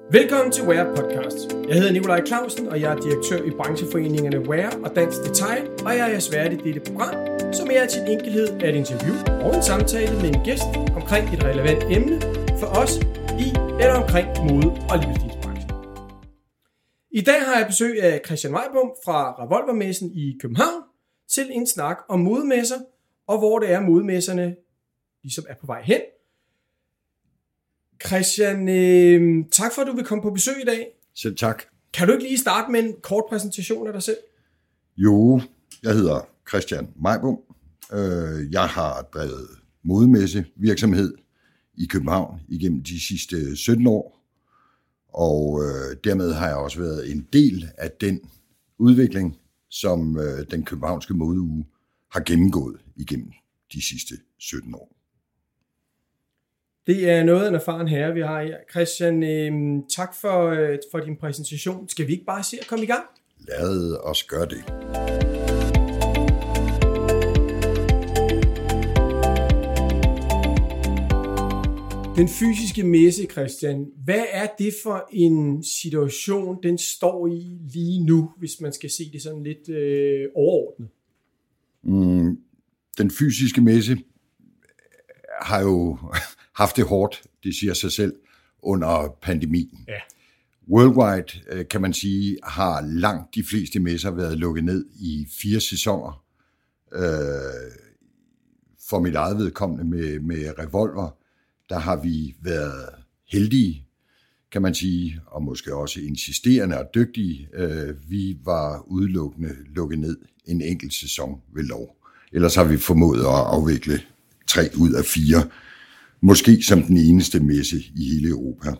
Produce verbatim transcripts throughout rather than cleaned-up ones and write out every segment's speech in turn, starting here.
Velkommen til Wear Podcast. Jeg hedder Nikolaj Clausen, og jeg er direktør i brancheforeningerne Wear og Dansk Detail, og jeg er jeres vært i dette program, som er til enkelhed af et interview og en samtale med en gæst omkring et relevant emne for os i eller omkring mode- og livsstilsbranchen. I dag har jeg besøg af Christian Majbom fra Revolvermessen i København til en snak om modemesser, og hvor det er modemesserne ligesom er på vej hen. Christian, øh, tak for, at du vil komme på besøg i dag. Selv tak. Kan du ikke lige starte med en kort præsentation af dig selv? Jo, jeg hedder Christian Majbom. Jeg har drevet modemessevirksomhed i København igennem de sidste sytten år, og dermed har jeg også været en del af den udvikling, som den københavnske modeuge har gennemgået igennem de sidste sytten år. Det er noget af en erfaren herre, vi har her. Christian, øh, tak for, øh, for din præsentation. Skal vi ikke bare se at komme i gang? Lad os gøre det. Den fysiske messe, Christian. Hvad er det for en situation, den står i lige nu, hvis man skal se det sådan lidt øh, overordnet? Mm, den fysiske messe har jo haft det hårdt, det siger sig selv, under pandemien. Ja. Worldwide, kan man sige, har langt de fleste messer været lukket ned i fire sæsoner. For mit eget vedkommende med, med Revolver, der har vi været heldige, kan man sige, og måske også insisterende og dygtige. Vi var udelukkende lukket ned en enkelt sæson ved lov. Ellers har vi formået at afvikle tre ud af fire, måske som den eneste messe i hele Europa.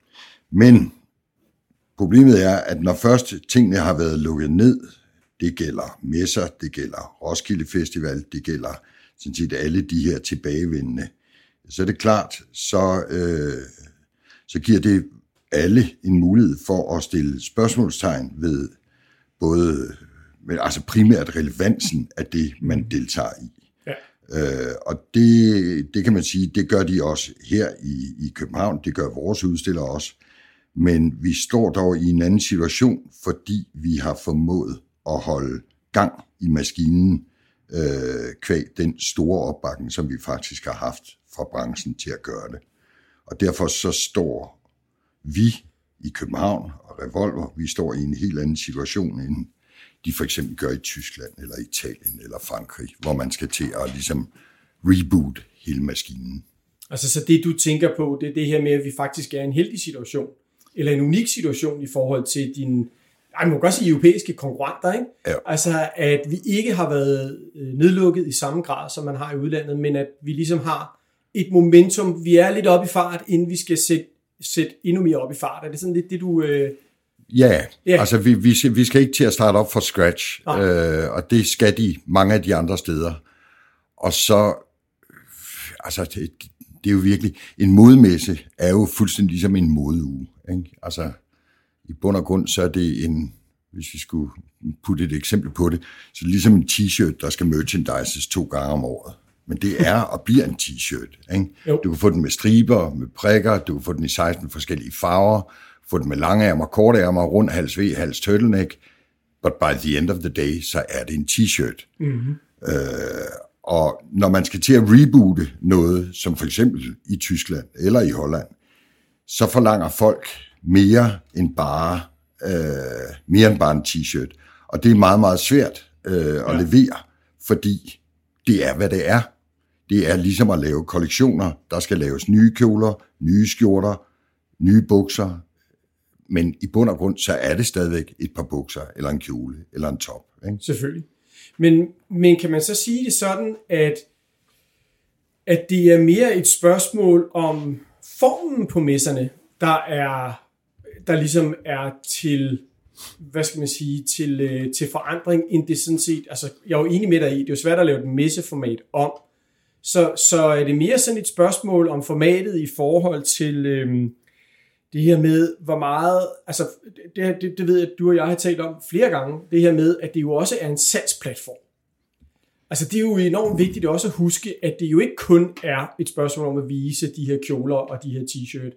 Men problemet er, at når først tingene har været lukket ned, det gælder messer, det gælder Roskilde Festival, det gælder sådan set alle de her tilbagevendende, så er det klart, så, øh, så giver det alle en mulighed for at stille spørgsmålstegn ved både, men altså primært relevansen af det, man deltager i. Øh, og det, det kan man sige, det gør de også her i, i København, det gør vores udstillere også, men vi står dog i en anden situation, fordi vi har formået at holde gang i maskinen øh, kvæg den store opbakning, som vi faktisk har haft fra branchen til at gøre det. Og derfor så står vi i København og Revolver, vi står i en helt anden situation end de for eksempel gør i Tyskland, eller Italien, eller Frankrig, hvor man skal til at ligesom reboot hele maskinen. Altså så det du tænker på, det er det her med, at vi faktisk er i en heldig situation, eller en unik situation i forhold til dine, ej, man må godt sige europæiske konkurrenter, ikke? Ja. Altså at vi ikke har været nedlukket i samme grad, som man har i udlandet, men at vi ligesom har et momentum, vi er lidt op i fart, inden vi skal sætte, sætte endnu mere op i fart. Er det sådan lidt det, du... Øh Ja, yeah. altså vi, vi, skal, vi skal ikke til at starte op fra scratch, øh, og det skal de mange af de andre steder. Og så, altså det, det er jo virkelig, en modemesse er jo fuldstændig ligesom en modeuge, ikke? Altså i bund og grund, så er det en, hvis vi skulle putte et eksempel på det, så er det ligesom en t-shirt, der skal merchandises to gange om året. Men det er og bliver en t-shirt, ikke? Du kan få den med striber, med prikker, du kan få den i seksten forskellige farver, få den med lange ærmer, korte ærmer, rund hals V, hals turtleneck, but by the end of the day, så er det en t-shirt. Mm-hmm. Øh, og når man skal til at reboote noget, som for eksempel i Tyskland eller i Holland, så forlanger folk mere end bare, øh, mere end bare en t-shirt. Og det er meget, meget svært øh, at ja. levere, fordi det er, hvad det er. Det er ligesom at lave kollektioner. Der skal laves nye kjoler, nye skjorter, nye bukser, men i bund og grund, så er det stadigvæk et par bukser, eller en kjole, eller en top. Ikke? Selvfølgelig. Men, men kan man så sige det sådan, at, at det er mere et spørgsmål om formen på messerne, der er, der ligesom er til, hvad skal man sige, til, til forandring, end det sådan set, altså jeg er jo enig med dig i, det er jo svært at lave et messeformat om, så, så er det mere sådan et spørgsmål om formatet i forhold til... Øhm, det her med, hvor meget, altså det, det, det ved jeg, at du og jeg har talt om flere gange, det her med, at det jo også er en salgsplatform. Altså det er jo enormt vigtigt også at huske, at det jo ikke kun er et spørgsmål om at vise de her kjoler og de her t-shirt,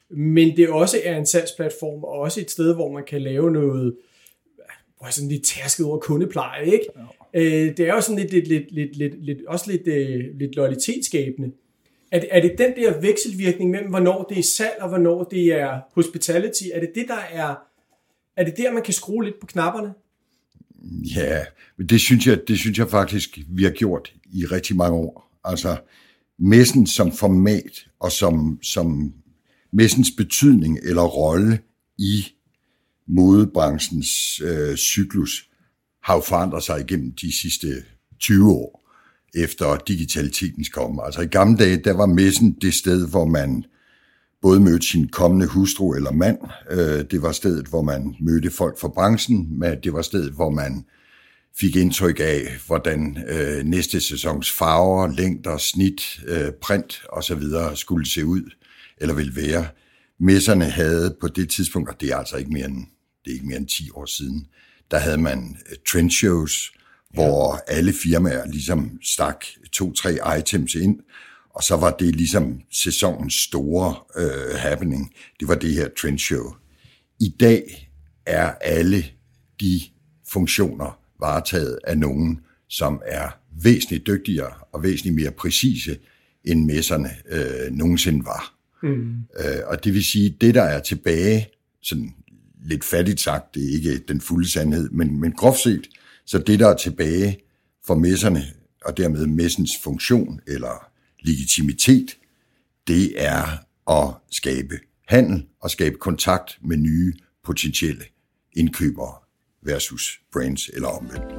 men det også er en salgsplatform, og også et sted, hvor man kan lave noget, hvor er sådan lidt tærsket over kundepleje, ikke? Ja. Øh, det er jo sådan lidt, lidt, lidt, lidt, lidt, lidt også lidt, øh, lidt loyalitetsskabende. Er det, er det den der vekselvirkning mellem, hvornår det er salg, og hvornår det er hospitality? Er det det, der er, er det der, man kan skrue lidt på knapperne? Ja, men det synes jeg, det synes jeg faktisk, vi har gjort i rigtig mange år. Altså, messen som format, og som, som messens betydning eller rolle i modebranchens øh, cyklus, har jo forandret sig igennem de sidste tyve år, efter digitalitetens komme. Altså i gamle dage, der var messen det sted, hvor man både mødte sin kommende hustru eller mand. Det var stedet, hvor man mødte folk fra branchen, men det var stedet, hvor man fik indtryk af, hvordan næste sæsons farver, længder, snit, print osv. skulle se ud, eller ville være. Messerne havde på det tidspunkt, og det er altså ikke mere end, det er ikke mere end ti år siden, der havde man trendshows, hvor alle firmaer ligesom stak to-tre items ind, og så var det ligesom sæsonens store øh, happening. Det var det her trendshow. I dag er alle de funktioner varetaget af nogen, som er væsentligt dygtigere og væsentligt mere præcise, end messerne øh, nogensinde var. Mm. Øh, og det vil sige, det der er tilbage, sådan lidt fattigt sagt, det er ikke den fulde sandhed, men, men groft set, så det, der er tilbage for messerne, og dermed messens funktion eller legitimitet, det er at skabe handel og skabe kontakt med nye potentielle indkøbere versus brands eller omvendt.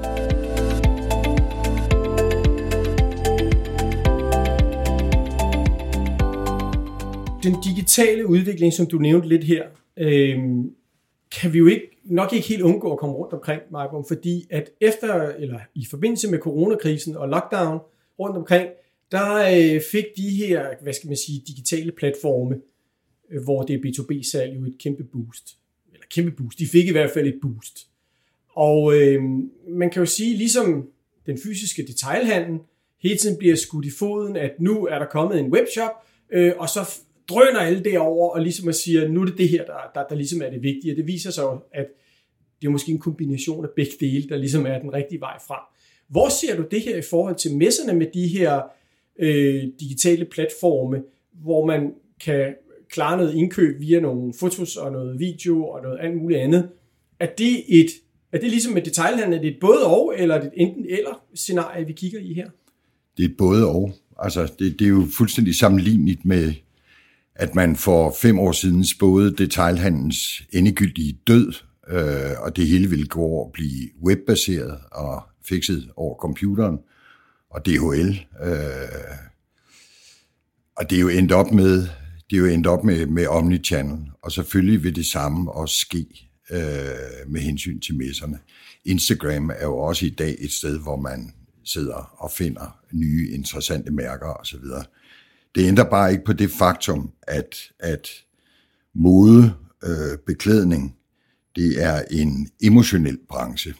Den digitale udvikling, som du nævnte lidt her, øh, kan vi jo ikke, nok ikke helt undgå at komme rundt omkring, Marco, fordi at efter, eller i forbindelse med coronakrisen og lockdown rundt omkring, der øh, fik de her, hvad skal man sige, digitale platforme, øh, hvor det er B to B-salg, jo et kæmpe boost. Eller kæmpe boost. De fik i hvert fald et boost. Og øh, man kan jo sige, ligesom den fysiske detailhandel hele tiden bliver skudt i foden, at nu er der kommet en webshop, øh, og så drøner alle derover og ligesom at sige, nu er det det her, der, der, der ligesom er det vigtige. Det viser sig jo, at det er måske en kombination af begge dele, der ligesom er den rigtige vej frem. Hvor ser du det her i forhold til messerne med de her øh, digitale platforme, hvor man kan klare noget indkøb via nogle fotos og noget video og noget andet muligt andet? Er det, et, er det ligesom med detailhandel, er det et både og, eller er det et enten eller scenarie, vi kigger i her? Det er et både og. Altså, det, det er jo fuldstændig sammenligneligt med, at man for fem år siden spåede detailhandlens endegyldige død, øh, og det hele ville gå over at blive webbaseret og fikset over computeren og D H L. Øh, og det er jo endt op med, det er jo endt op med, med omnichannel, og selvfølgelig vil det samme også ske øh, med hensyn til messerne. Instagram er jo også i dag et sted, hvor man sidder og finder nye interessante mærker osv. Det ændrer bare ikke på det faktum, at, at mode, øh, beklædning, det er en emotionel branche.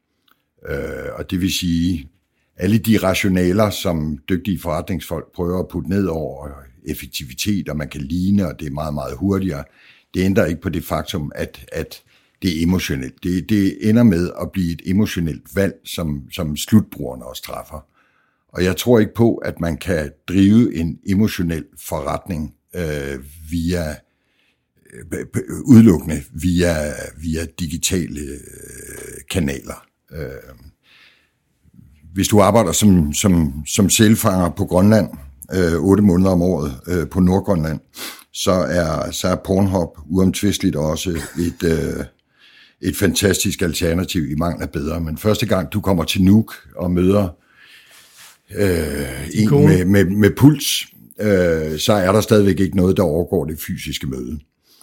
Øh, og det vil sige, alle de rationaler, som dygtige forretningsfolk prøver at putte ned over effektivitet, og man kan ligne, og det er meget, meget hurtigere, det ændrer ikke på det faktum, at, at det er emotionelt. Det, det ender med at blive et emotionelt valg, som, som slutbrugerne også træffer. Og jeg tror ikke på, at man kan drive en emotionel forretning øh, via øh, udelukkende via, via digitale øh, kanaler. Øh, hvis du arbejder som, som, som sælfanger på Grønland, øh, otte måneder om året øh, på Nordgrønland, så er, så er Pornhub uomtvisteligt også et, øh, et fantastisk alternativ i mangel af bedre. Men første gang du kommer til Nuuk og møder Øh, en med, med, med puls, øh, så er der stadigvæk ikke noget, der overgår det fysiske møde.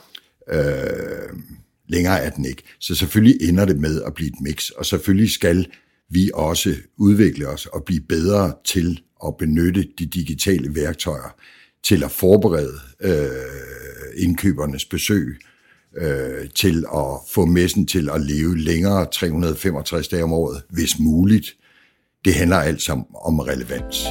Øh, længere er den ikke. Så selvfølgelig ender det med at blive et mix, og selvfølgelig skal vi også udvikle os og blive bedre til at benytte de digitale værktøjer til at forberede øh, indkøbernes besøg, øh, til at få messen til at leve længere, tre hundrede og femogtres dage om året, hvis muligt. Det handler altså om, om relevans.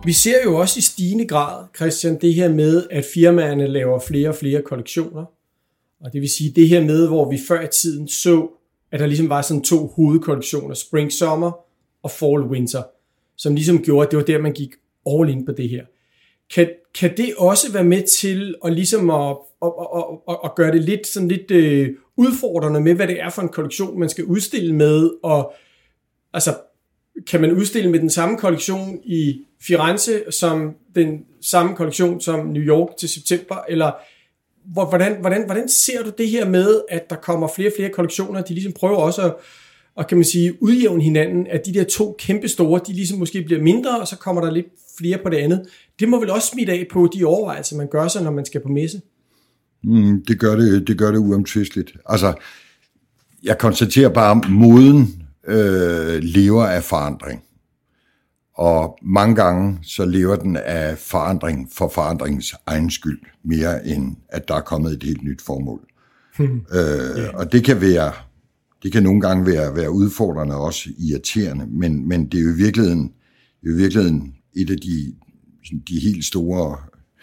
Vi ser jo også i stigende grad, Christian, det her med, at firmaerne laver flere og flere kollektioner. Og det vil sige det her med, hvor vi før i tiden så, at der ligesom var sådan to hovedkollektioner, Spring Summer og Fall Winter, som ligesom gjorde, at det var der, man gik all in på det her. Kan, kan det også være med til at, ligesom at, at, at, at, at gøre det lidt, sådan lidt øh, udfordrende med, hvad det er for en kollektion, man skal udstille med? Og, altså, kan man udstille med den samme kollektion i Firenze som den samme kollektion som New York til september? Eller hvordan, hvordan, hvordan ser du det her med, at der kommer flere og flere kollektioner, de ligesom prøver også at og kan man sige, udjævne hinanden, at de der to kæmpe store, de ligesom måske bliver mindre, og så kommer der lidt flere på det andet. Det må vel også smitte af på de overvejelser, man gør sig, når man skal på messe? Mm, det gør det, det gør det uomtvisteligt. Altså, jeg konstaterer bare, at moden øh, lever af forandring. Og mange gange, så lever den af forandring for forandringens egen skyld, mere end at der er kommet et helt nyt formål. Hmm. Øh, yeah. Og det kan være... Det kan nogle gange være, være udfordrende og også irriterende, men, men det er jo i virkeligheden, det er jo i virkeligheden et af de, de helt store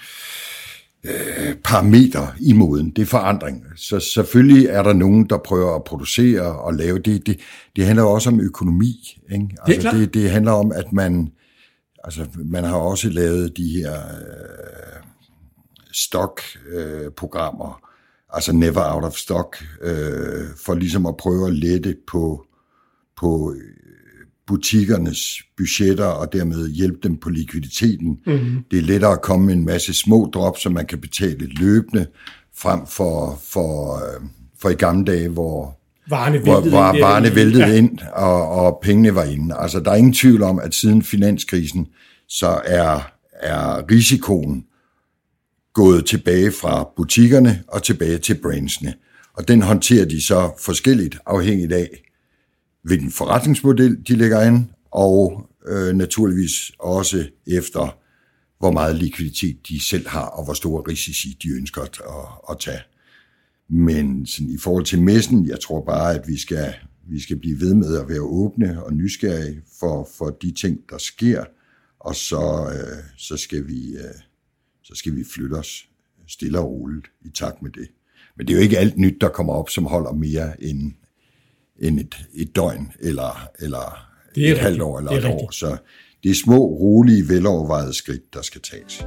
øh, parametre i moden. Det er forandring. Så selvfølgelig er der nogen, der prøver at producere og lave det. Det, det handler også om økonomi. Ikke? Altså, det, det, det handler om, at man, altså, man har også lavet de her øh, stock-programmer, øh, altså never out of stock, øh, for ligesom at prøve at lette på, på butikkernes budgetter, og dermed hjælpe dem på likviditeten. Mm-hmm. Det er lettere at komme med en masse små drop, som man kan betale løbende, frem for, for, for i gamle dage, hvor varerne væltede, hvor, hvor ind, varerne væltede ja. ind, og, og pengene var inde. Altså, der er ingen tvivl om, at siden finanskrisen, så er, er risikoen gået tilbage fra butikkerne og tilbage til brandsene. Og den håndterer de så forskelligt, afhængigt af, hvilken forretningsmodel de lægger ind, og øh, naturligvis også efter, hvor meget likviditet de selv har, og hvor store risici de ønsker at, at tage. Men sådan, i forhold til messen, jeg tror bare, at vi skal, vi skal blive ved med at være åbne og nysgerrige for, for de ting, der sker, og så, øh, så skal vi... Øh, så skal vi flytte os stille og roligt i takt med det. Men det er jo ikke alt nyt, der kommer op, som holder mere end, end et, et døgn, eller, eller et rigtigt. halvt år, eller et rigtigt. år. Så det er små, rolige, velovervejede skridt, der skal tages.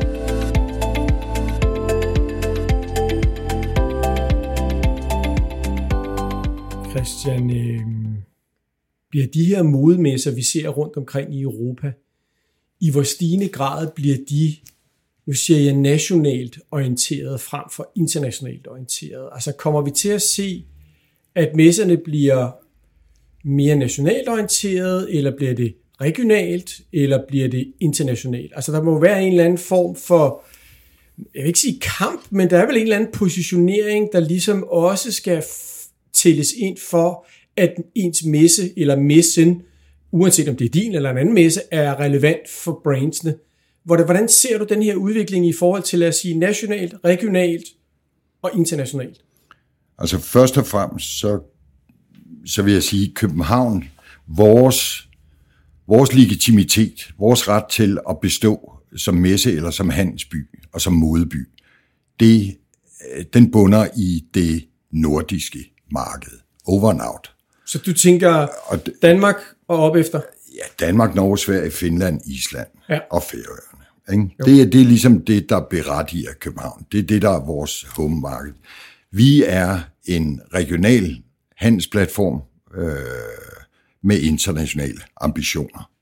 Christian, øh, bliver de her modemesser, vi ser rundt omkring i Europa, i hvor stigende grad bliver de, nu siger jeg, nationalt orienteret frem for internationalt orienteret? Altså kommer vi til at se, at messerne bliver mere nationalt orienteret, eller bliver det regionalt, eller bliver det internationalt? Altså der må være en eller anden form for, jeg vil ikke sige kamp, men der er vel en eller anden positionering, der ligesom også skal tælles ind for, at ens messe eller messen, uanset om det er din eller en anden messe, er relevant for brandsene. Hvordan ser du den her udvikling i forhold til, at sige, nationalt, regionalt og internationalt? Altså først og fremmest, så, så vil jeg sige, København, vores, vores legitimitet, vores ret til at bestå som messe eller som handelsby og som modeby, det, den bunder i det nordiske marked. Over and out. Så du tænker Danmark og op efter? Ja, Danmark, Norge, Sverige, Finland, Island ja. og Færøerne. Ikke? Det, er, det er ligesom det, der berettiger København. Det er det, der er vores home market. Vi er en regional handelsplatform øh, med internationale ambitioner.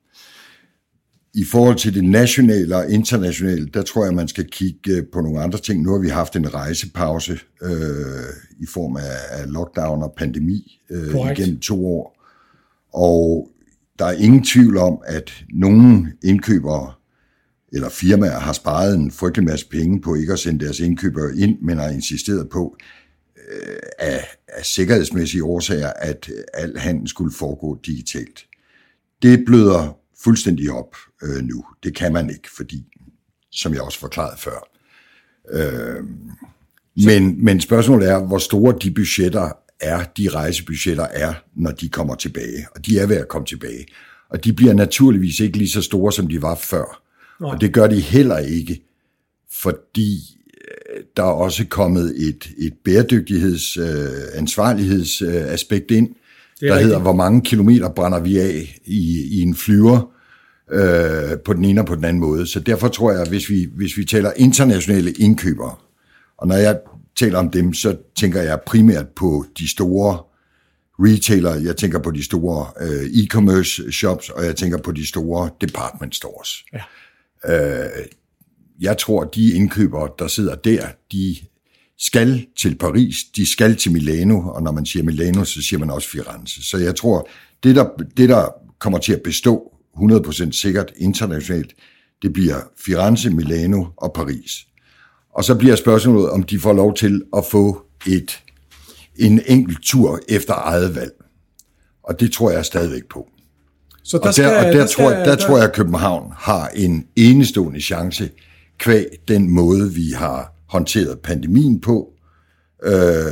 I forhold til det nationale og internationale, der tror jeg, man skal kigge på nogle andre ting. Nu har vi haft en rejsepause øh, i form af, af lockdown og pandemi øh, igennem to år. Og der er ingen tvivl om, at nogle indkøbere eller firmaer har sparet en frygtelig masse penge på ikke at sende deres indkøbere ind, men har insisteret på øh, af, af sikkerhedsmæssige årsager, at al handel skulle foregå digitalt. Det bløder fuldstændig op øh, nu. Det kan man ikke, fordi, som jeg også forklarede før. Øh, men, men spørgsmålet er, hvor store de budgetter er, de rejsebudgetter er, når de kommer tilbage. Og de er ved at komme tilbage. Og de bliver naturligvis ikke lige så store, som de var før. Nej. Og det gør de heller ikke, fordi der er også kommet et, et bæredygtigheds-, øh, ansvarlighedsaspekt ind, der rigtigt. Hedder, hvor mange kilometer brænder vi af i, i en flyver øh, på den ene og på den anden måde. Så derfor tror jeg, hvis vi, hvis vi taler internationale indkøbere, og når jeg taler om dem, så tænker jeg primært på de store retailer, jeg tænker på de store øh, e-commerce shops, og jeg tænker på de store department stores. Ja. Øh, jeg tror, de indkøbere, der sidder der, de skal til Paris, de skal til Milano, og når man siger Milano, så siger man også Firenze. Så jeg tror, det der, det der kommer til at bestå hundrede procent sikkert internationalt, det bliver Firenze, Milano og Paris. Og så bliver spørgsmålet, om de får lov til at få et, en enkelt tur efter eget valg. Og det tror jeg stadigvæk på. Så der og der, skal, og der, der, tror, skal, der, der tror jeg, at København har en enestående chance kvæg den måde, vi har håndteret pandemien på. Øh,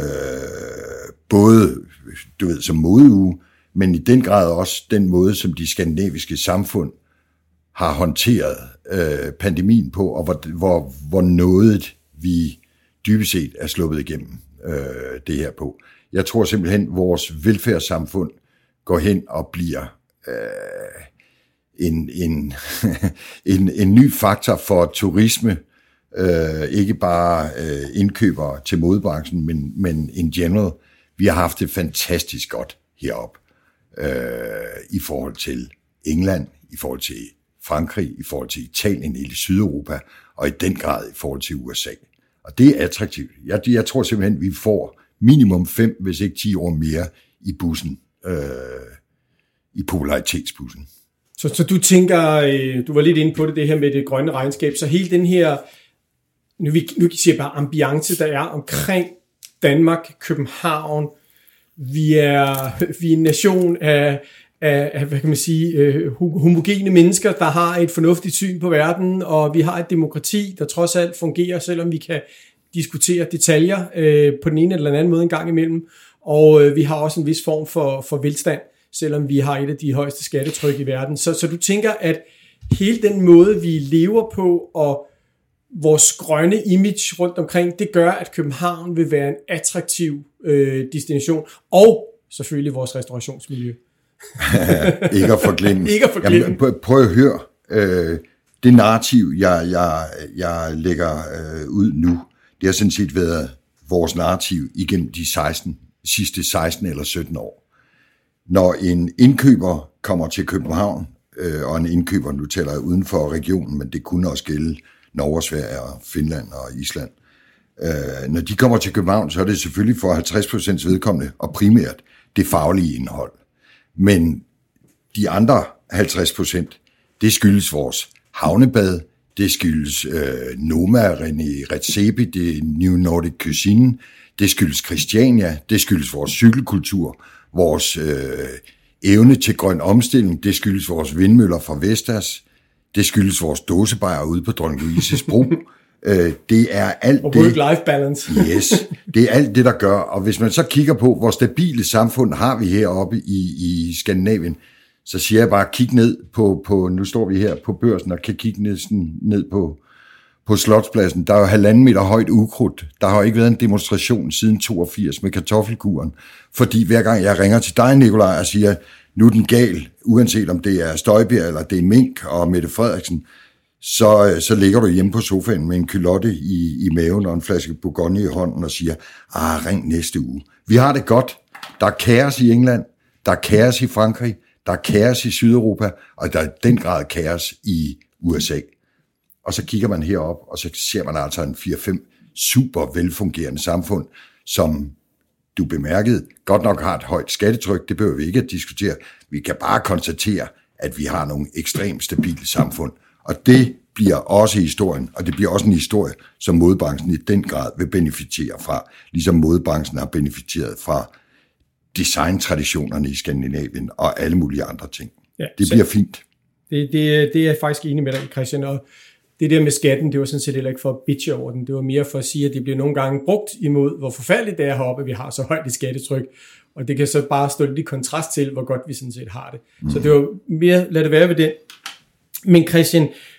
både, du ved, som modeuge, men i den grad også den måde, som de skandinaviske samfund har håndteret øh, pandemien på, og hvor, hvor, hvor noget vi dybest set er sluppet igennem øh, det her på. Jeg tror simpelthen, at vores velfærdssamfund går hen og bliver øh, en, en, en, en ny faktor for turisme, øh, ikke bare øh, indkøbere til modebranchen, men, men in general. Vi har haft det fantastisk godt heroppe øh, i forhold til England, i forhold til Frankrig, i forhold til Italien, i Sydeuropa, og i den grad i forhold til U S A. Og det er attraktivt. Jeg, jeg tror simpelthen, vi får minimum fem, hvis ikke ti år mere i bussen, øh, i popularitetsbussen. Så, så du tænker, øh, du var lidt inde på det, det her med det grønne regnskab, så hele den her, nu, vi, nu siger jeg bare ambiance, der er omkring Danmark, København, vi er, vi er en nation af, af, af hvad kan man sige, øh, homogene mennesker, der har et fornuftigt syn på verden, og vi har et demokrati, der trods alt fungerer, selvom vi kan diskutere detaljer øh, på den ene eller den anden måde en gang imellem, og øh, vi har også en vis form for, for velstand, selvom vi har et af de højeste skattetryk i verden. Så, så du tænker, at hele den måde, vi lever på, og vores grønne image rundt omkring, det gør, at København vil være en attraktiv øh, destination, og selvfølgelig vores restaurationsmiljø. Ikke at forglemme. Ikke at forglemme. Jamen, prøv at høre, øh, det narrativ, jeg, jeg, jeg lægger øh, ud nu, det har sådan set været vores narrativ igennem de seksten, sidste seksten eller sytten år. Når en indkøber kommer til København, øh, og en indkøber, nu taler jeg uden for regionen, men det kunne også gælde Norge, Sverige, Finland og Island. Øh, når de kommer til København, så er det selvfølgelig for halvtreds procent vedkommende, og primært det faglige indhold. Men de andre halvtreds procent, det skyldes vores havnebad, det skyldes øh, Noma, René Redzepi, det New Nordic Cuisine, det skyldes Christiania, det skyldes vores cykelkultur, vores øh, evne til grøn omstilling, det skyldes vores vindmøller fra Vestas, det skyldes vores dåsebajer ude på Dronning Louises Bro. øh, det er alt og det. work-life balance. Yes, det er alt det, der gør. Og hvis man så kigger på, hvor stabile samfund har vi heroppe i, i Skandinavien, så siger jeg bare, kig ned på, på, nu står vi her på børsen og kan kigge næsten ned på, på Slotspladsen. Der er jo halvanden meter højt ukrudt. Der har jo ikke været en demonstration siden toogfirs med kartoffelkuren. Fordi hver gang jeg ringer til dig, Nikolaj, og siger, nu er den gal, uanset om det er Støjbjerg eller det er Mink og Mette Frederiksen, så, så ligger du hjemme på sofaen med en kylotte i, i maven og en flaske Bourgogne i hånden og siger, ah, ring næste uge. Vi har det godt. Der er kaos i England, der er kaos i Frankrig, der er kaos i Sydeuropa, og der er den grad kaos i U S A. Og så kigger man herop, og så ser man altså en fire fem super velfungerende samfund, som du bemærkede, godt nok har et højt skattetryk, det behøver vi ikke at diskutere. Vi kan bare konstatere, at vi har nogle ekstremt stabile samfund. Og det bliver også historien, og det bliver også en historie, som modebranchen i den grad vil benefitere fra, ligesom modebranchen har benefiteret fra designtraditionerne i Skandinavien og alle mulige andre ting. Ja, det bliver fint. Det, det, det er jeg faktisk enig med dig, Christian, og det der med skatten, det var sådan set heller ikke for at bitche over den. Det var mere for at sige, at det bliver nogle gange brugt imod, hvor forfærdeligt det er heroppe, at vi har så højt et skattetryk. Og det kan så bare stå lidt i kontrast til, hvor godt vi sådan set har det. Mm. Så det var mere, lad det være ved den. Men Christian,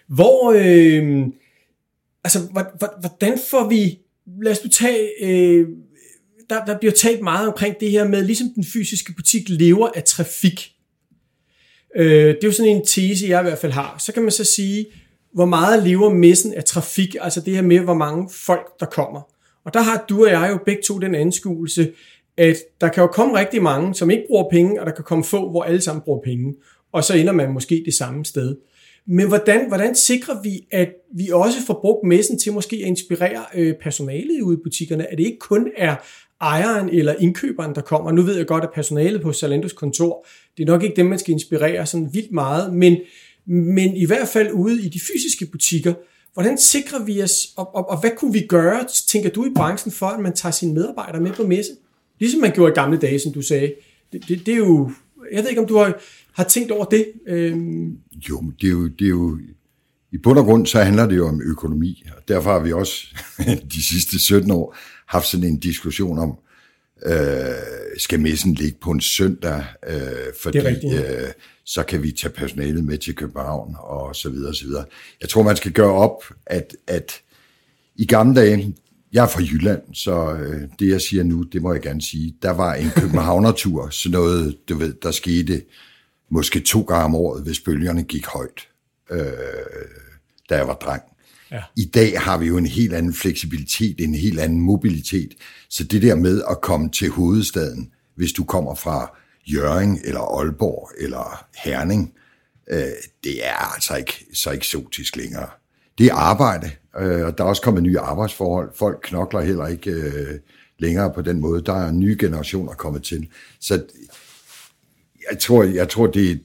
Hvor, øh, altså, hvordan får vi, lad os nu tage, øh, der, der bliver talt meget omkring det her med, ligesom den fysiske butik lever af trafik. Øh, det er jo sådan en tese, jeg i hvert fald har. Så kan man så sige, hvor meget lever messen af trafik, altså det her med, hvor mange folk, der kommer. Og der har du og jeg jo begge to den anskuelse, at der kan jo komme rigtig mange, som ikke bruger penge, og der kan komme få, hvor alle sammen bruger penge. Og så ender man måske det samme sted. Men hvordan, hvordan sikrer vi, at vi også får brugt messen til måske at inspirere øh, personalet ude i butikkerne? At det ikke kun er ejeren eller indkøberen, der kommer. Nu ved jeg godt, at personalet på Zalandos kontor, det er nok ikke dem, man skal inspirere sådan vildt meget, men, men i hvert fald ude i de fysiske butikker, hvordan sikrer vi os, og, og, og hvad kunne vi gøre, tænker du i branchen, for at man tager sine medarbejdere med på messe? Ligesom man gjorde i gamle dage, som du sagde. Det, det, det er jo, jeg ved ikke, om du har, har tænkt over det? Øhm. Jo, det er jo, det er jo, i bund og grund, så handler det jo om økonomi, og derfor har vi også de sidste sytten år haft sådan en diskussion om, øh, skal messen ligge på en søndag, øh, fordi øh, så kan vi tage personalet med til København, og så videre, og så videre. Jeg tror, man skal gøre op, at, at i gamle dage, jeg er fra Jylland, så øh, det, jeg siger nu, det må jeg gerne sige, der var en københavnertur, så noget, du ved, der skete måske to gange om året, hvis bølgerne gik højt, øh, da jeg var dreng. Ja. I dag har vi jo en helt anden fleksibilitet, en helt anden mobilitet, så det der med at komme til hovedstaden, hvis du kommer fra Hjørring, eller Aalborg, eller Herning, øh, det er altså ikke så eksotisk længere. Det er arbejde, øh, og der er også kommet nye arbejdsforhold. Folk knokler heller ikke øh, længere på den måde. Der er nye generationer kommet til. Så jeg tror, jeg tror det,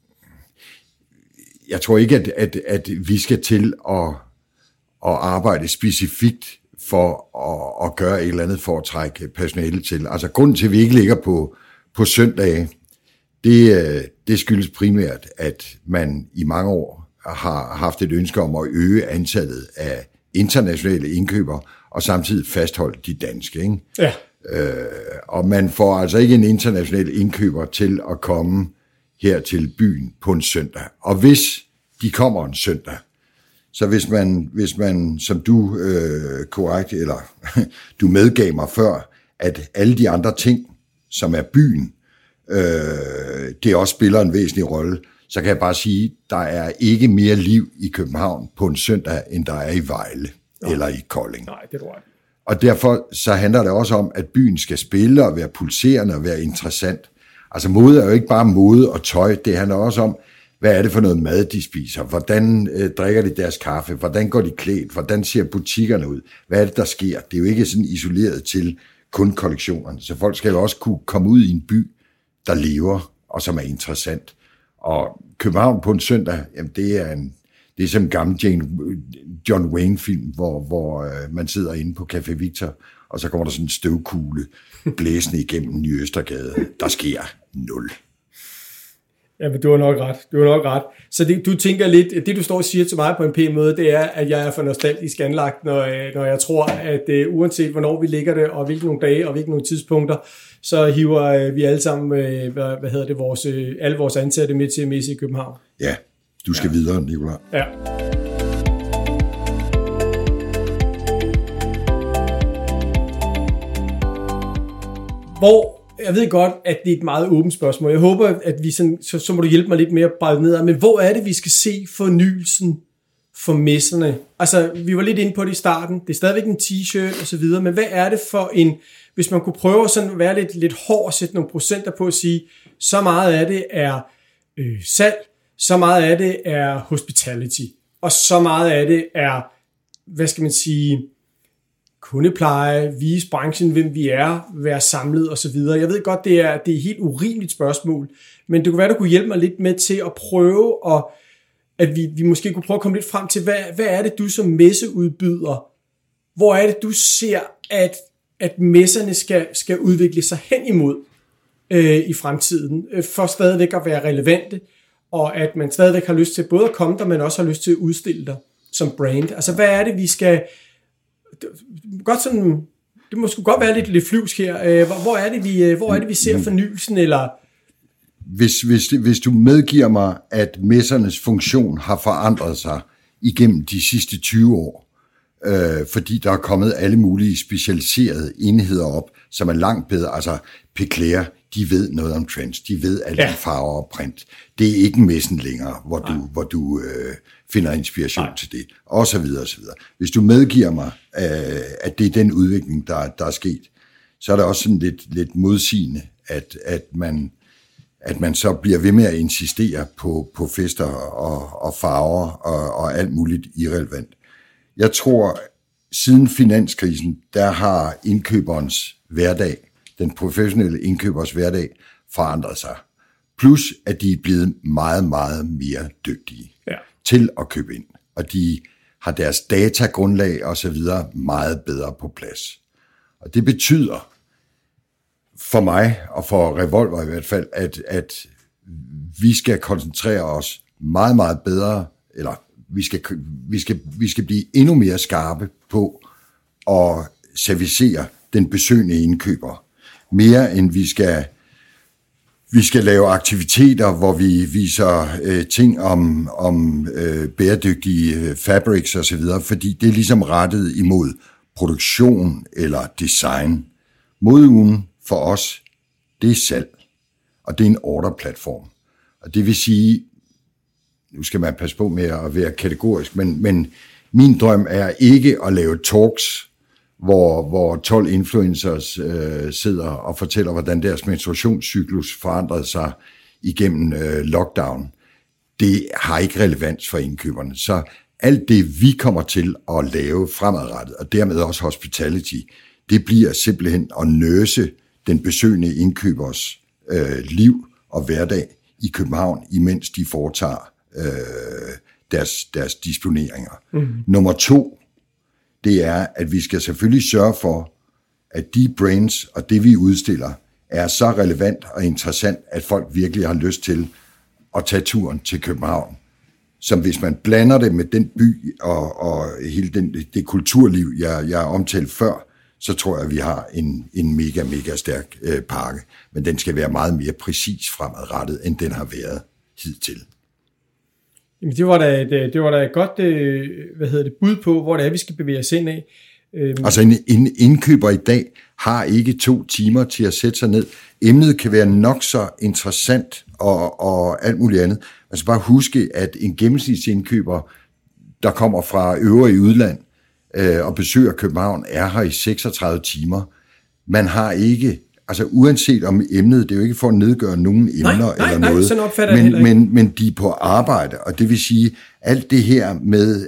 jeg tror ikke, at, at, at vi skal til at, at arbejde specifikt for at, at gøre et eller andet for at trække personale til. Altså grunden til, at vi ikke ligger på, på søndage, det, det skyldes primært, at man i mange år har haft et ønske om at øge antallet af internationale indkøbere, og samtidig fastholde de danske. Ikke? Ja. Øh, og man får altså ikke en international indkøber til at komme her til byen på en søndag. Og hvis de kommer en søndag, så hvis man, hvis man som du øh, korrekt, eller du medgav mig før, at alle de andre ting, som er byen, øh, det også spiller en væsentlig rolle, så kan jeg bare sige, der er ikke mere liv i København på en søndag, end der er i Vejle ja. eller i Kolding. Nej, det tror jeg. Og derfor så handler det også om, at byen skal spille og være pulserende og være interessant. Altså mode er jo ikke bare mode og tøj, det handler også om, hvad er det for noget mad, de spiser? Hvordan øh, drikker de deres kaffe? Hvordan går de klædt? Hvordan ser butikkerne ud? Hvad er det, der sker? Det er jo ikke sådan isoleret til kun kollektionerne. Så folk skal jo også kunne komme ud i en by, der lever og som er interessant. Og København på en søndag, jamen det er en, det er som en gammel Jane, John Wayne-film, hvor, hvor øh, man sidder inde på Café Victor, og så kommer der sådan en støvkugle blæsende igennem Ny Østergade. Der sker nul. Ja, men du har nok ret. Du har nok ret. Så det, du tænker lidt, det du står og siger til mig på en pæn måde, det er, at jeg er for nostalgisk anlagt, når, når jeg tror, at uh, uanset hvornår vi ligger det, og hvilke nogle dage, og hvilke nogle tidspunkter, så hiver uh, vi alle sammen, uh, hvad, hvad hedder det, vores, uh, alle vores ansatte med til messe i København. Ja, du skal ja. videre, Nicolai. Ja. Hvor jeg ved godt, at det er et meget åbent spørgsmål. Jeg håber, at vi sådan, så, så må du hjælpe mig lidt mere at brede ned. Men hvor er det, vi skal se fornyelsen for messerne? Altså, vi var lidt inde på det i starten. Det er stadigvæk en t-shirt og så videre. Men hvad er det for en, hvis man kunne prøve sådan at være lidt, lidt hård og sætte nogle procenter på at sige, så meget af det er øh, salg, så meget af det er hospitality, og så meget af det er, hvad skal man sige, kundepleje, vise branchen, hvem vi er, være samlet og så videre. Jeg ved godt, det er, det er et helt urimeligt spørgsmål, men det kunne være, du kunne hjælpe mig lidt med til at prøve, og at vi, vi måske kunne prøve at komme lidt frem til, hvad, hvad er det, du som messeudbyder, hvor er det, du ser, at, at messerne skal, skal udvikle sig hen imod øh, i fremtiden, øh, for stadigvæk at være relevante, og at man stadigvæk har lyst til både at komme der, men også har lyst til at udstille dig som brand. Altså, hvad er det, vi skal... Godt sådan, det må sgu godt være lidt, lidt flyvsk her. Hvor, hvor, er det, vi, hvor er det, vi ser fornyelsen? Eller? Hvis, hvis, hvis du medgiver mig, at messernes funktion har forandret sig igennem de sidste tyve år, øh, fordi der er kommet alle mulige specialiserede enheder op, som er langt bedre. Altså Peclair, de ved noget om trends, de ved alle ja. de farver og print. Det er ikke messen længere, hvor Nej. du, hvor du øh, finder inspiration Nej. til det, og så videre, og så videre. Hvis du medgiver mig, øh, at det er den udvikling, der, der er sket, så er det også sådan lidt, lidt modsigende, at, at, man, at man så bliver ved med at insistere på, på fester og, og farver og, og alt muligt irrelevant. Jeg tror, siden finanskrisen, der har indkøberens hverdag, den professionelle indkøbers hverdag, forandret sig. Plus, at de er blevet meget, meget mere dygtige ja. til at købe ind. Og de har deres datagrundlag og så videre meget bedre på plads. Og det betyder for mig, og for Revolver i hvert fald, at, at vi skal koncentrere os meget, meget bedre, eller vi skal, vi skal, vi skal blive endnu mere skarpe på at servicere den besøgende indkøber. Mere end vi skal, vi skal lave aktiviteter, hvor vi viser øh, ting om, om øh, bæredygtige fabrics og så videre, fordi det er ligesom rettet imod produktion eller design. Modeugen for os, det er salg, og det er en orderplatform. Og det vil sige, nu skal man passe på med at være kategorisk, men, men min drøm er ikke at lave talks, hvor, hvor tolv influencers øh, sidder og fortæller, hvordan deres menstruationscyklus forandrede sig igennem øh, lockdown. Det har ikke relevans for indkøberne. Så alt det, vi kommer til at lave fremadrettet, og dermed også hospitality, det bliver simpelthen at nøse den besøgende indkøbers øh, liv og hverdag i København, imens de foretager øh, deres, deres disponeringer. Mm. Nummer to, det er, at vi skal selvfølgelig sørge for, at de brands og det, vi udstiller, er så relevant og interessant, at folk virkelig har lyst til at tage turen til København. Som hvis man blander det med den by og, og hele den, det kulturliv, jeg, jeg omtalte før, så tror jeg, at vi har en, en mega, mega stærk øh, pakke. Men den skal være meget mere præcis fremadrettet, end den har været hidtil. Jamen, det var da et, det var da et godt hvad hedder det, bud på, hvor det er, vi skal bevæge os ind af. Øhm. Altså en, en indkøber i dag har ikke to timer til at sætte sig ned. Emnet kan være nok så interessant og, og alt muligt andet. Man skal bare huske, at en gennemsnitsindkøber, der kommer fra øvrige udland øh, og besøger København, er her i seksogtredive timer. Man har ikke, altså uanset om emnet, det er jo ikke for at nedgøre nogen emner nej, nej, eller nej, noget, sådan opfatter men, men, men de er på arbejde, og det vil sige, alt det her med,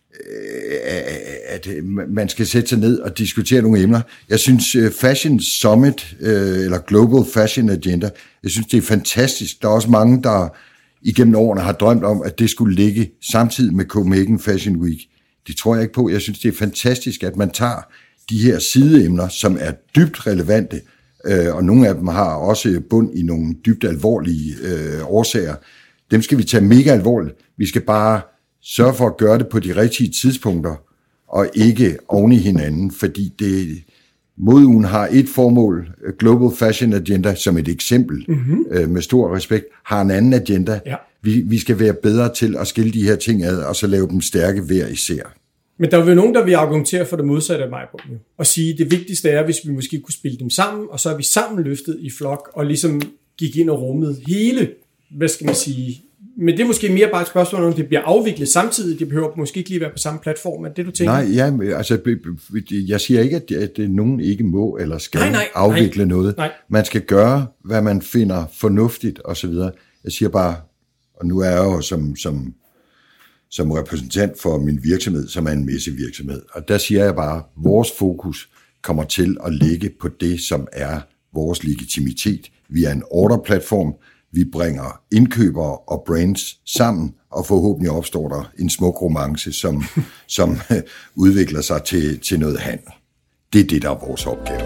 øh, at man skal sætte sig ned og diskutere nogle emner. Jeg synes Fashion Summit, øh, eller Global Fashion Agenda, jeg synes det er fantastisk. Der er også mange, der igennem årene har drømt om, at det skulle ligge samtidig med Copenhagen Fashion Week. Det tror jeg ikke på. Jeg synes det er fantastisk, at man tager de her sideemner, som er dybt relevante, øh, og nogle af dem har også bund i nogle dybt alvorlige øh, årsager. Dem skal vi tage mega alvorligt. Vi skal bare sørge for at gøre det på de rigtige tidspunkter, og ikke oven i hinanden, fordi det, modeugen har et formål, Global Fashion Agenda, som et eksempel, mm-hmm. øh, med stor respekt, har en anden agenda. Ja. Vi, vi skal være bedre til at skille de her ting ad, og så lave dem stærke hver især. Men der er jo nogen, der vil argumentere for det modsatte af mig på dem, og sige, at det vigtigste er, hvis vi måske kunne spille dem sammen, og så er vi sammen løftet i flok, og ligesom gik ind og rummede hele, hvad skal man sige. Men det er måske mere bare et spørgsmål, om det bliver afviklet samtidig. Det behøver måske ikke lige være på samme platform. Er det, du tænker? Nej, ja, altså, jeg siger ikke, at, at nogen ikke må eller skal nej, nej, afvikle nej, noget. Nej. Man skal gøre, hvad man finder fornuftigt osv. Jeg siger bare, og nu er jeg jo som, som, som repræsentant for min virksomhed, som er en messevirksomhed, og der siger jeg bare, at vores fokus kommer til at ligge på det, som er vores legitimitet. Vi er en orderplatform. Vi bringer indkøbere og brands sammen, og forhåbentlig opstår der en smuk romance, som, som udvikler sig til, til noget handel. Det er det, der er vores opgave.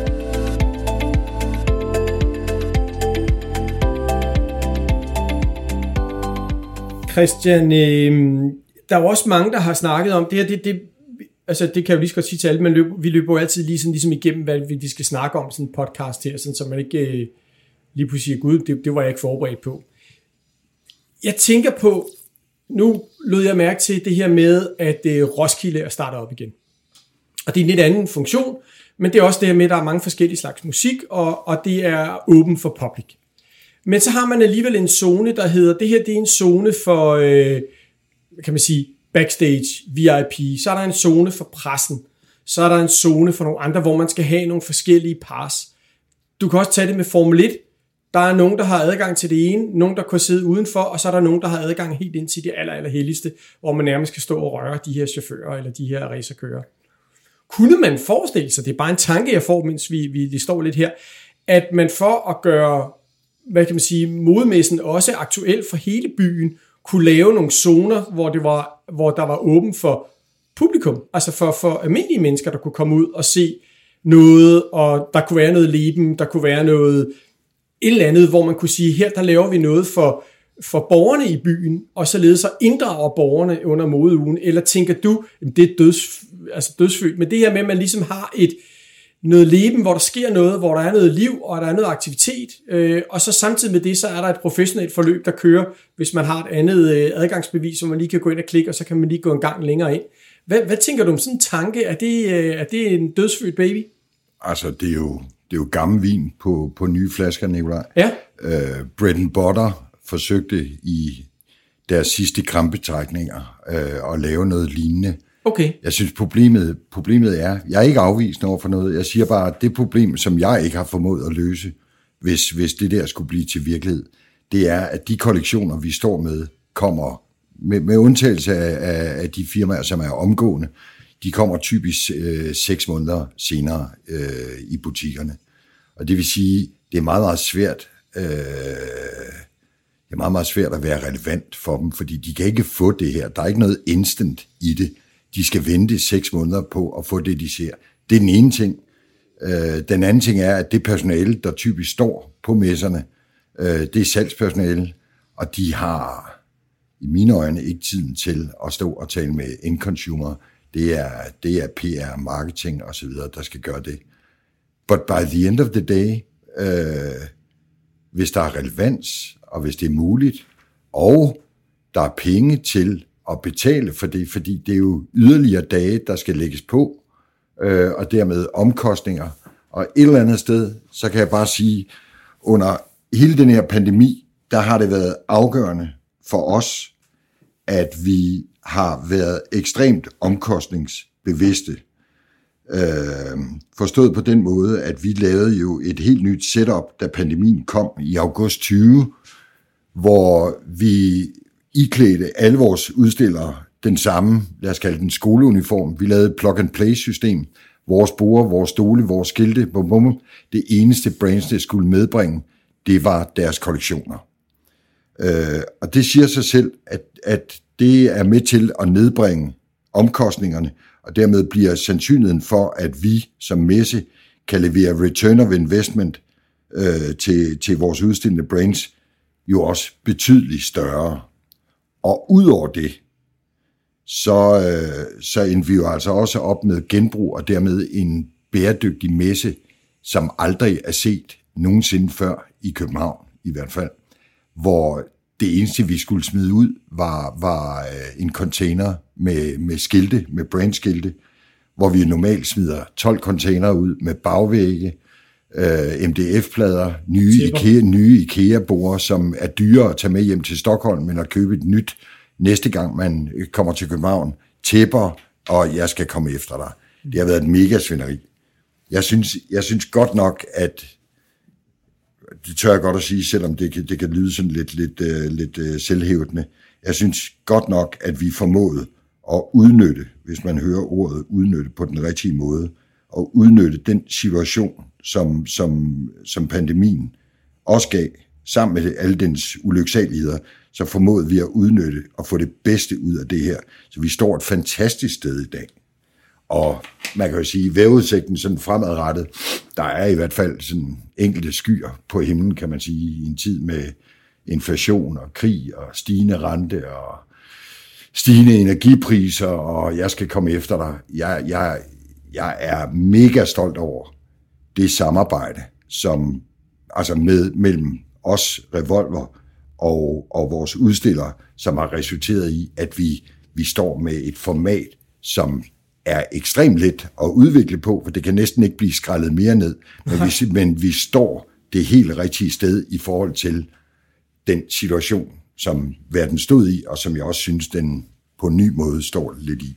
Christian, øh, der er jo også mange, der har snakket om det her. Det, det, altså, det kan jeg jo lige så godt sige til alle, men løb, vi løber jo altid lige sådan, ligesom igennem, hvad vi skal snakke om sådan en podcast her, sådan, så man ikke... Øh, lige pludselig siger, gud, det, det var jeg ikke forberedt på. Jeg tænker på, nu lød jeg mærke til det her med, at Roskilde er startet op igen. Og det er en lidt anden funktion, men det er også det her med, at der er mange forskellige slags musik, og, og det er åben for public. Men så har man alligevel en zone, der hedder, det her det er en zone for, øh, kan man sige, backstage, V I P. Så er der en zone for pressen. Så er der en zone for nogle andre, hvor man skal have nogle forskellige pass. Du kan også tage det med Formel et. Der er nogen, der har adgang til det ene, nogen, der kan sidde udenfor, og så er der nogen, der har adgang helt ind til det aller, aller helligste, hvor man nærmest skal stå og røre de her chauffører eller de her racerkører. Kunne man forestille sig, det er bare en tanke, jeg får, mens vi, vi står lidt her, at man for at gøre, hvad kan man sige, modemessen også aktuel for hele byen, kunne lave nogle zoner, hvor, det var, hvor der var åben for publikum, altså for, for almindelige mennesker, der kunne komme ud og se noget, og der kunne være noget leben, der kunne være noget et eller andet, hvor man kunne sige, her der laver vi noget for, for borgerne i byen, og således så inddrager borgerne under modeugen, eller tænker du, det er døds, altså dødsfødt, men det her med, at man ligesom har et noget leben, hvor der sker noget, hvor der er noget liv, og der er noget aktivitet, øh, og så samtidig med det, så er der et professionelt forløb, der kører, hvis man har et andet øh, adgangsbevis, hvor man lige kan gå ind og klikke, og så kan man lige gå en gang længere ind. Hvad, hvad tænker du om sådan en tanke? Er det, øh, er det en dødsfødt baby? Altså, det er jo, det er jo gammel vin på, på nye flasker, Nikolaj. Ja. Uh, Bread and Butter forsøgte i deres sidste krampetrækninger uh, at lave noget lignende. Okay. Jeg synes, problemet, problemet er, jeg er ikke afvisende over for noget, jeg siger bare, at det problem, som jeg ikke har formået at løse, hvis, hvis det der skulle blive til virkelighed, det er, at de kollektioner, vi står med, kommer, med, med undtagelse af, af, af de firmaer, som er omgående, de kommer typisk øh, seks måneder senere øh, i butikkerne. Og det vil sige, det er meget, meget svært, øh, det er meget, meget svært at være relevant for dem, fordi de kan ikke få det her. Der er ikke noget instant i det. De skal vente seks måneder på at få det, de ser. Det er den ene ting. Øh, den anden ting er, at det personale, der typisk står på messerne, øh, det er salgspersonale, og de har i mine øjne ikke tiden til at stå og tale med end consumer. Det er, det er P R, marketing og så videre, der skal gøre det. But by the end of the day, øh, hvis der er relevans, og hvis det er muligt, og der er penge til at betale for det, fordi det er jo yderligere dage, der skal lægges på, øh, og dermed omkostninger. Og et eller andet sted, så kan jeg bare sige, under hele den her pandemi, der har det været afgørende for os, at vi har været ekstremt omkostningsbevidste. Øh, forstået på den måde, at vi lavede jo et helt nyt setup, da pandemien kom i august tyve, hvor vi iklædte alle vores udstillere den samme, lad os kalde den skoleuniform. Vi lavede et plug-and-play-system. Vores borde, vores stole, vores skilte, bum, bum. Det eneste brands, skulle medbringe, det var deres kollektioner. Øh, og det siger sig selv, at, at det er med til at nedbringe omkostningerne, og dermed bliver sandsynligheden for, at vi som messe kan levere return of investment øh, til, til vores udstillende brands, jo også betydeligt større. Og udover det, så, øh, så endte vi jo altså også op med genbrug, og dermed en bæredygtig messe, som aldrig er set nogensinde før i København, i hvert fald, hvor det eneste, vi skulle smide ud, var, var en container med, med skilte, med brandskilte, hvor vi normalt smider tolv container ud med bagvægge, øh, M D F-plader, nye, IKEA, nye IKEA-borde, som er dyre at tage med hjem til Stockholm, men at købe et nyt næste gang, man kommer til København. Tæpper, og jeg skal komme efter dig. Det har været et mega svineri. Jeg synes, jeg synes godt nok, at det tør jeg godt at sige, selvom det kan, det kan lyde sådan lidt, lidt, uh, lidt uh, selvhævdende. Jeg synes godt nok, at vi formåede at udnytte, hvis man hører ordet udnytte på den rigtige måde, og udnytte den situation, som, som, som pandemien også gav, sammen med alle dens ulyksaligheder, så formåede vi at udnytte og få det bedste ud af det her. Så vi står et fantastisk sted i dag. Og man kan jo sige, at vejrudsigten sådan fremadrettet, der er i hvert fald sådan enkelte skyer på himlen, kan man sige, i en tid med inflation og krig og stigende rente og stigende energipriser, og jeg skal komme efter dig. Jeg, jeg, jeg er mega stolt over det samarbejde, som altså med, mellem os Revolver og, og vores udstillere, som har resulteret i, at vi, vi står med et format, som er ekstremt let at udvikle på, for det kan næsten ikke blive skrællet mere ned, men vi, men vi står det helt rigtige sted i forhold til den situation, som verden stod i, og som jeg også synes, den på en ny måde står lidt i.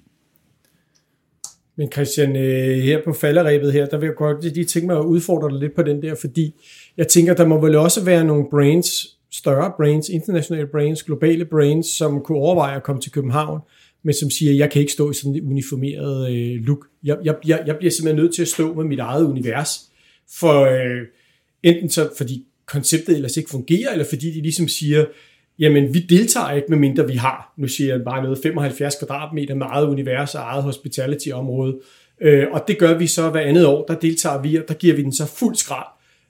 Men Christian, her på falderebet her, der vil jeg godt lige tænke mig at udfordre dig lidt på den der, fordi jeg tænker, der må vel også være nogle brands, større brands, internationale brands, globale brands, som kunne overveje at komme til København, men som siger, jeg kan ikke stå i sådan et uniformeret øh, look. Jeg, jeg, jeg, jeg bliver simpelthen nødt til at stå med mit eget univers, for øh, enten så, fordi konceptet ellers ikke fungerer, eller fordi de ligesom siger, jamen vi deltager ikke, med mindre vi har, nu siger jeg bare noget, femoghalvfjerds kvadratmeter med eget univers og eget hospitality-område, øh, og det gør vi så hver andet år, der deltager vi, og der giver vi den så fuld skrald.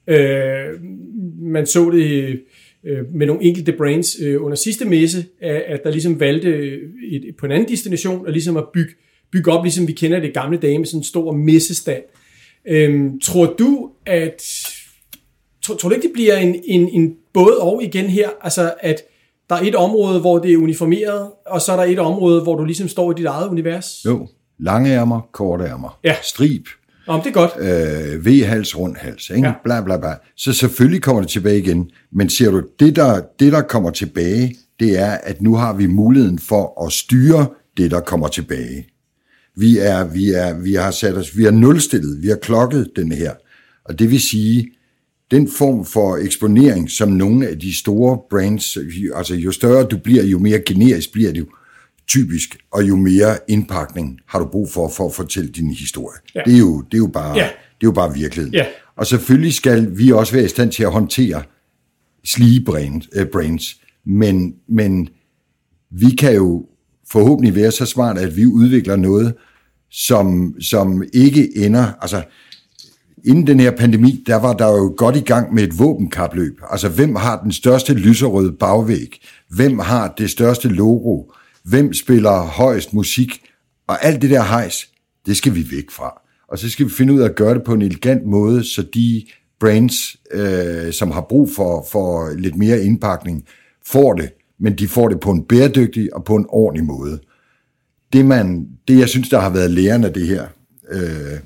Øh, man så det med nogle enkelte brands øh, under sidste messe, at der ligesom valgte et, på en anden destination, og ligesom at bygge, bygge op, ligesom vi kender det gamle dage, med sådan en stor messestand. Øhm, tror du, at tror, tror du ikke, det bliver en, en, en både og igen her, altså at der er et område, hvor det er uniformeret, og så er der et område, hvor du ligesom står i dit eget univers? Jo, lange ærmer, korte ærmer, ja. Strib, Om det er godt. Øh, V-hals, rund hals, ikke? Ja. Bla, bla, bla. Så selvfølgelig kommer det tilbage igen. Men ser du, det der, det der kommer tilbage, det er, at nu har vi muligheden for at styre det, der kommer tilbage. Vi er, vi er, vi har sat os, vi har nulstillet, vi har klokket den her. Og det vil sige, den form for eksponering, som nogle af de store brands, altså jo større du bliver, jo mere generisk bliver det jo typisk, og jo mere indpakning har du brug for, for at fortælle din historie. Ja. Det, er jo, det, er jo bare, ja. det er jo bare virkeligheden. Ja. Og selvfølgelig skal vi også være i stand til at håndtere slige brands, äh, brands. Men, men vi kan jo forhåbentlig være så smart, at vi udvikler noget, som, som ikke ender... Altså, inden den her pandemi, der var der jo godt i gang med et våbenkapløb. Altså, hvem har den største lyserøde bagvæg? Hvem har det største logo? Hvem spiller højst musik? Og alt det der hejs, det skal vi væk fra. Og så skal vi finde ud af at gøre det på en elegant måde, så de brands, øh, som har brug for, for lidt mere indpakning, får det, men de får det på en bæredygtig og på en ordentlig måde. Det, man, det jeg synes, der har været læren af det her, øh,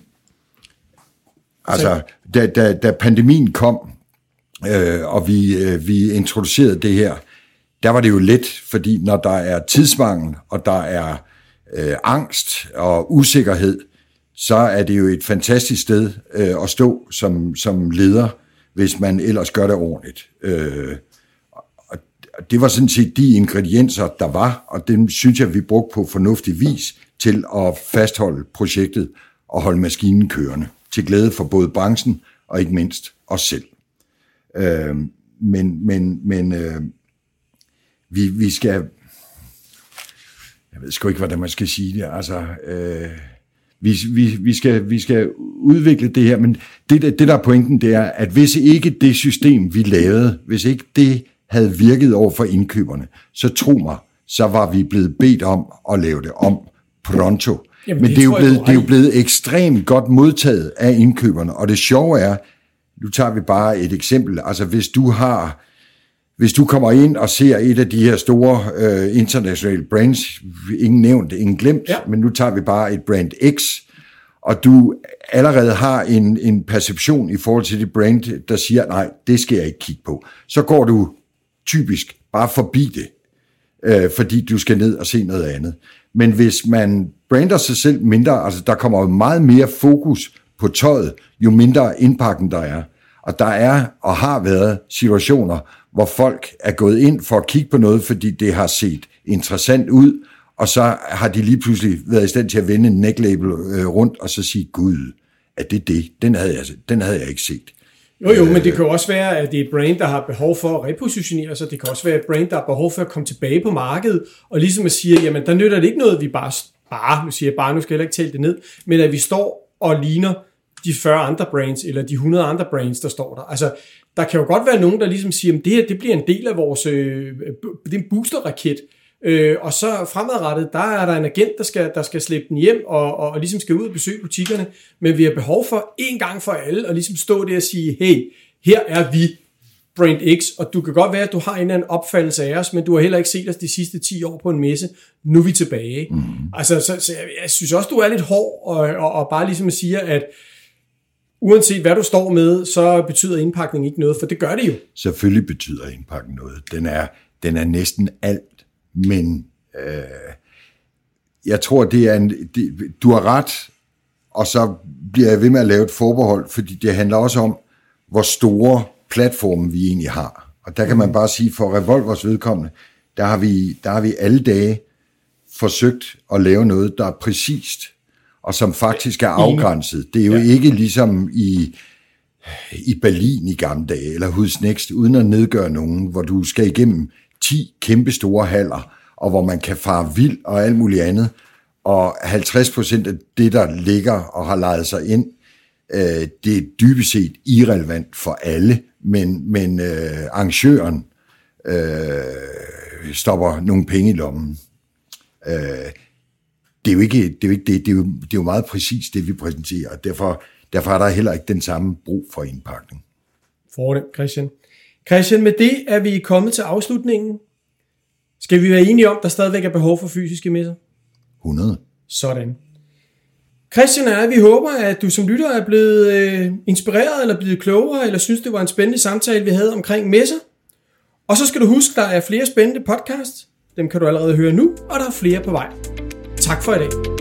altså, da, da, da pandemien kom, øh, og vi, øh, vi introducerede det her, der var det jo let, fordi når der er tidsmangel, og der er øh, angst og usikkerhed, så er det jo et fantastisk sted øh, at stå som, som leder, hvis man ellers gør det ordentligt. Øh, og det var sådan set de ingredienser, der var, og dem synes jeg, vi brugte på fornuftig vis til at fastholde projektet og holde maskinen kørende, til glæde for både branchen og ikke mindst os selv. Øh, men men, men øh, vi, vi skal... Jeg ved sgu ikke, hvordan man skal sige det. Altså... Øh, Vi, vi, vi, skal, vi skal udvikle det her, men det, det der er pointen, det er, at hvis ikke det system, vi lavede, hvis ikke det havde virket over for indkøberne, så tro mig, så var vi blevet bedt om at lave det om pronto. Jamen, men det, det, er jo blevet, det er jo blevet ekstremt godt modtaget af indkøberne, og det sjove er, nu tager vi bare et eksempel, altså hvis du har... Hvis du kommer ind og ser et af de her store øh, internationale brands, ingen nævnt, ingen glemt, ja. Men nu tager vi bare et brand X, og du allerede har en, en perception i forhold til det brand, der siger, nej, det skal jeg ikke kigge på. Så går du typisk bare forbi det, øh, fordi du skal ned og se noget andet. Men hvis man brander sig selv mindre, altså der kommer meget mere fokus på tøjet, jo mindre indpakken der er. Og der er og har været situationer, hvor folk er gået ind for at kigge på noget, fordi det har set interessant ud, og så har de lige pludselig været i stand til at vende en necklabel øh, rundt, og så sige, gud, er det det? Den havde jeg, den havde jeg ikke set. Jo jo, øh, men det kan jo også være, at det er et brand, der har behov for at repositionere sig. Det kan også være et brand, der har behov for at komme tilbage på markedet, og ligesom at sige, jamen der nytter det ikke noget, vi bare, bare nu siger jeg bare, nu skal jeg ikke tale det ned, men at vi står og ligner de fyrre andre brands, eller de hundrede andre brands, der står der. Altså, der kan jo godt være nogen, der ligesom siger, at det her, det bliver en del af vores, øh, det er en boosterraket, øh, og så fremadrettet, der er der en agent, der skal, der skal slippe den hjem, og, og, og ligesom skal ud og besøge butikkerne, men vi har behov for en gang for alle, at ligesom stå der og sige, hey, her er vi, Brand X, og du kan godt være, at du har en eller anden opfattelse af os, men du har heller ikke set os de sidste ti år på en messe. Nu er vi tilbage. Mm. Altså, så, så jeg, jeg synes også, du er lidt hård, og, og, og bare ligesom siger, at uanset hvad du står med, så betyder indpakning ikke noget, for det gør det jo. Selvfølgelig betyder indpakning noget. Den er, den er næsten alt, men øh, jeg tror, det er en, det, du har ret, og så bliver jeg ved med at lave et forbehold, fordi det handler også om, hvor store platformen vi egentlig har. Og der kan man bare sige, for Revolvers vedkommende, der har vi, der har vi alle dage forsøgt at lave noget, der er præcist, og som faktisk er afgrænset. Det er jo ja. ikke ligesom i, i Berlin i gamle dage, eller Hus Next, uden at nedgøre nogen, hvor du skal igennem ti kæmpe store haller, og hvor man kan fare vild og alt muligt andet, og halvtreds procent af det, der ligger og har lejet sig ind, øh, det er dybest set irrelevant for alle, men, men øh, arrangøren øh, stopper nogle penge i lommen. Øh, det er jo ikke det, er jo ikke det, det, er jo, det er jo meget præcist det, vi præsenterer, og derfor, derfor er der heller ikke den samme brug for indpakning. For det, Christian. Christian, med det er vi kommet til afslutningen. Skal vi være enige om, der stadigvæk er behov for fysiske messer? hundrede. Sådan. Christian og jeg, vi håber, at du som lytter er blevet øh, inspireret, eller blevet klogere, eller synes, det var en spændende samtale, vi havde omkring messer. Og så skal du huske, der er flere spændende podcasts. Dem kan du allerede høre nu, og der er flere på vej. Tak for i dag.